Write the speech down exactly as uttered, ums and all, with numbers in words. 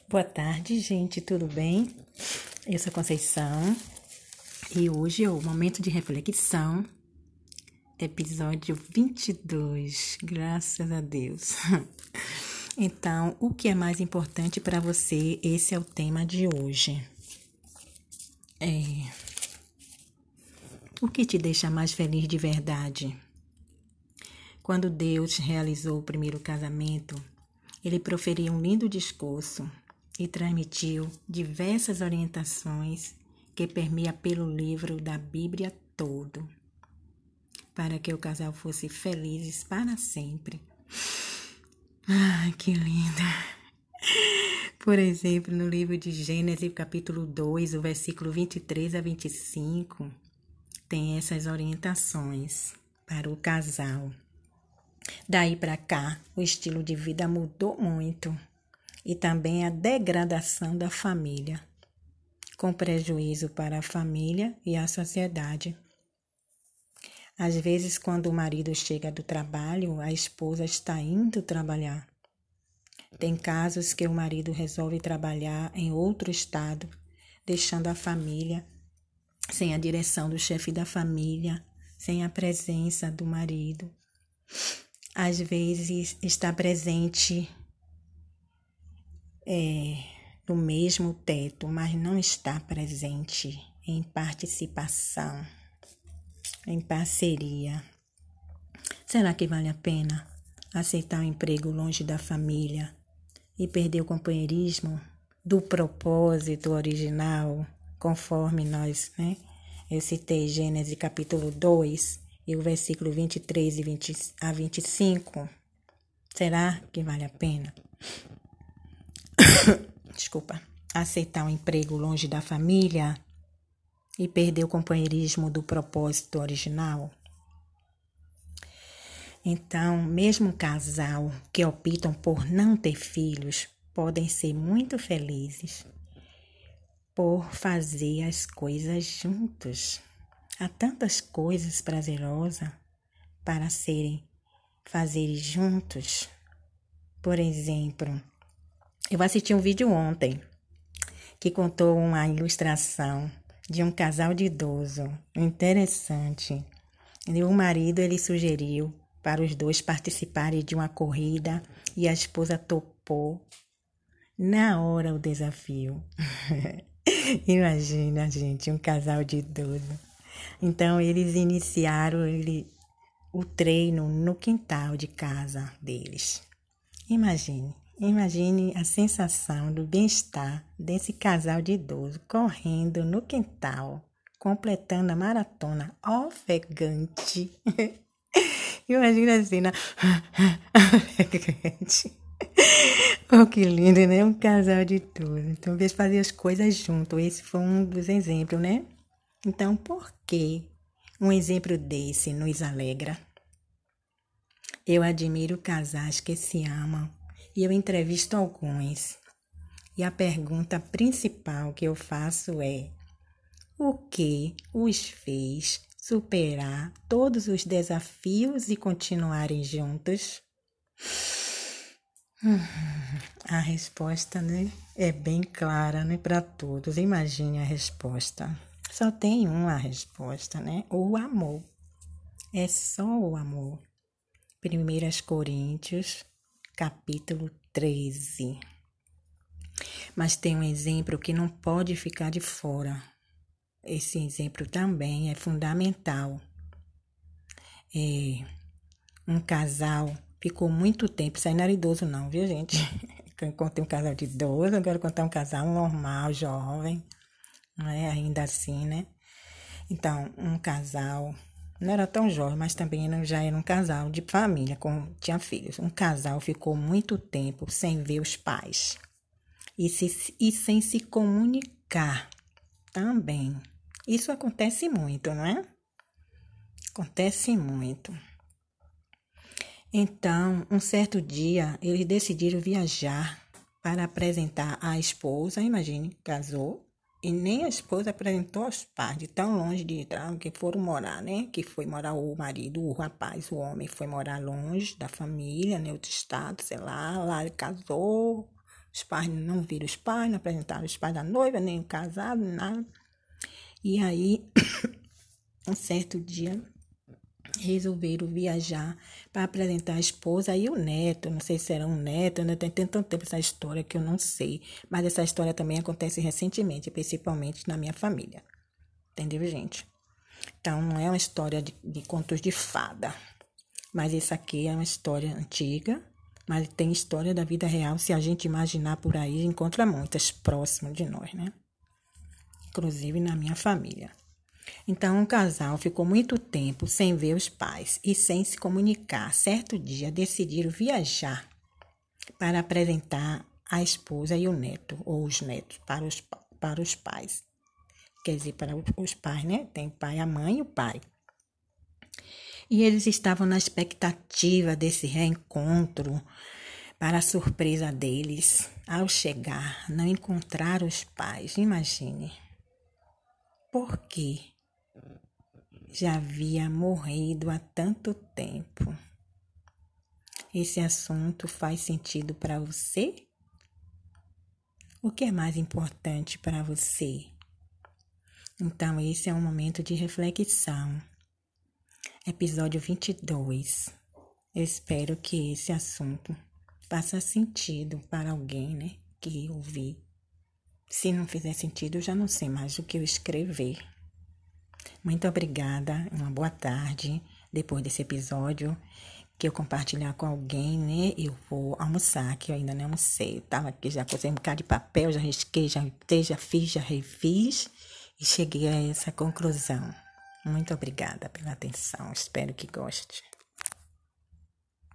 Boa tarde, gente, tudo bem? Eu sou a Conceição e hoje é o momento de reflexão, episódio vinte e dois, graças a Deus. Então, o que é mais importante para você? Esse é o tema de hoje. É... O que te deixa mais feliz de verdade? Quando Deus realizou o primeiro casamento, ele proferiu um lindo discurso e transmitiu diversas orientações que permeia pelo livro da Bíblia todo, para que o casal fosse felizes para sempre. Ai, que linda! Por exemplo, no livro de Gênesis, capítulo dois, o versículo vinte e três a vinte e cinco, tem essas orientações para o casal. Daí para cá, o estilo de vida mudou muito e também a degradação da família, com prejuízo para a família e a sociedade. Às vezes, quando o marido chega do trabalho, a esposa está indo trabalhar. Tem casos que o marido resolve trabalhar em outro estado, deixando a família sem a direção do chefe da família, sem a presença do marido. Às vezes está presente é, no mesmo teto, mas não está presente em participação, em parceria. Será que vale a pena aceitar um emprego longe da família e perder o companheirismo do propósito original, conforme nós, né? Eu citei Gênesis capítulo dois e o versículo vinte e três e vinte a vinte e cinco. Será que vale a pena? Desculpa. Aceitar um emprego longe da família e perder o companheirismo do propósito original? Então, mesmo casal que optam por não ter filhos podem ser muito felizes por fazer as coisas juntos. Há tantas coisas prazerosas para serem fazer juntos. Por exemplo, eu assisti um vídeo ontem que contou uma ilustração de um casal de idoso interessante. E o marido ele sugeriu para os dois participarem de uma corrida e a esposa topou na hora o desafio. Imagina, gente, um casal de idoso. Então, eles iniciaram ele, o treino no quintal de casa deles. Imagine, imagine a sensação do bem-estar desse casal de idoso correndo no quintal, completando a maratona ofegante. Imagina assim, né? Ofegante. Oh, que lindo, né? Um casal de idoso. Então, eles faziam as coisas juntos. Esse foi um dos exemplos, né? Então, por que um exemplo desse nos alegra? Eu admiro casais que se amam e eu entrevisto alguns. E a pergunta principal que eu faço é: o que os fez superar todos os desafios e continuarem juntos? Hum, a resposta, né, é bem clara, né, para todos. Imagine a resposta. Só tem uma resposta, né? O amor. É só o amor. primeira Coríntios, capítulo treze. Mas tem um exemplo que não pode ficar de fora. Esse exemplo também é fundamental. É, um casal ficou muito tempo, isso aí não era idoso não, viu, gente? Eu contei um casal de idoso, agora eu contar um casal normal, jovem, não é? Ainda assim, né? Então, um casal, não era tão jovem, mas também já era um casal de família, com, tinha filhos. Um casal ficou muito tempo sem ver os pais e, se, e sem se comunicar também. Isso acontece muito, não é? Acontece muito. Então, um certo dia, eles decidiram viajar para apresentar a esposa. Imagine, casou, e nem a esposa apresentou aos pais, de tão longe de que foram morar, né? Que foi morar o marido, o rapaz, o homem foi morar longe da família, em outro estado, sei lá. Lá ele casou, Os pais não viram os pais, não apresentaram os pais da noiva, nem o casado, nada. E aí, um certo dia, resolveram viajar para apresentar a esposa e o neto. Não sei se era um neto, ainda tem, tem tanto tempo essa história que eu não sei. Mas essa história também acontece recentemente, principalmente na minha família. Entendeu, gente? Então, não é uma história de, de contos de fada. Mas isso aqui é uma história antiga, mas tem história da vida real. Se a gente imaginar por aí, encontra muitas próximas de nós, né? Inclusive na minha família. Então, o casal ficou muito tempo sem ver os pais e sem se comunicar. Certo dia, decidiram viajar para apresentar a esposa e o neto, ou os netos, para os, para os pais. Quer dizer, para os pais, né? Tem o pai, a mãe e o pai. E eles estavam na expectativa desse reencontro. Para a surpresa deles, ao chegar, não encontraram os pais. Imagine. Por quê? Já havia morrido há tanto tempo. Esse assunto faz sentido para você? O que é mais importante para você? Então, esse é um momento de reflexão. Episódio vinte e dois. Eu espero que esse assunto faça sentido para alguém, né, que ouvir. Se não fizer sentido, eu já não sei mais o que eu escrever. Muito obrigada, uma boa tarde. Depois desse episódio que eu compartilhar com alguém, né, eu vou almoçar, que eu ainda não almocei. Eu tava aqui, já cosei um bocado de papel, já risquei, já, já fiz, já refiz e cheguei a essa conclusão. Muito obrigada pela atenção, espero que goste.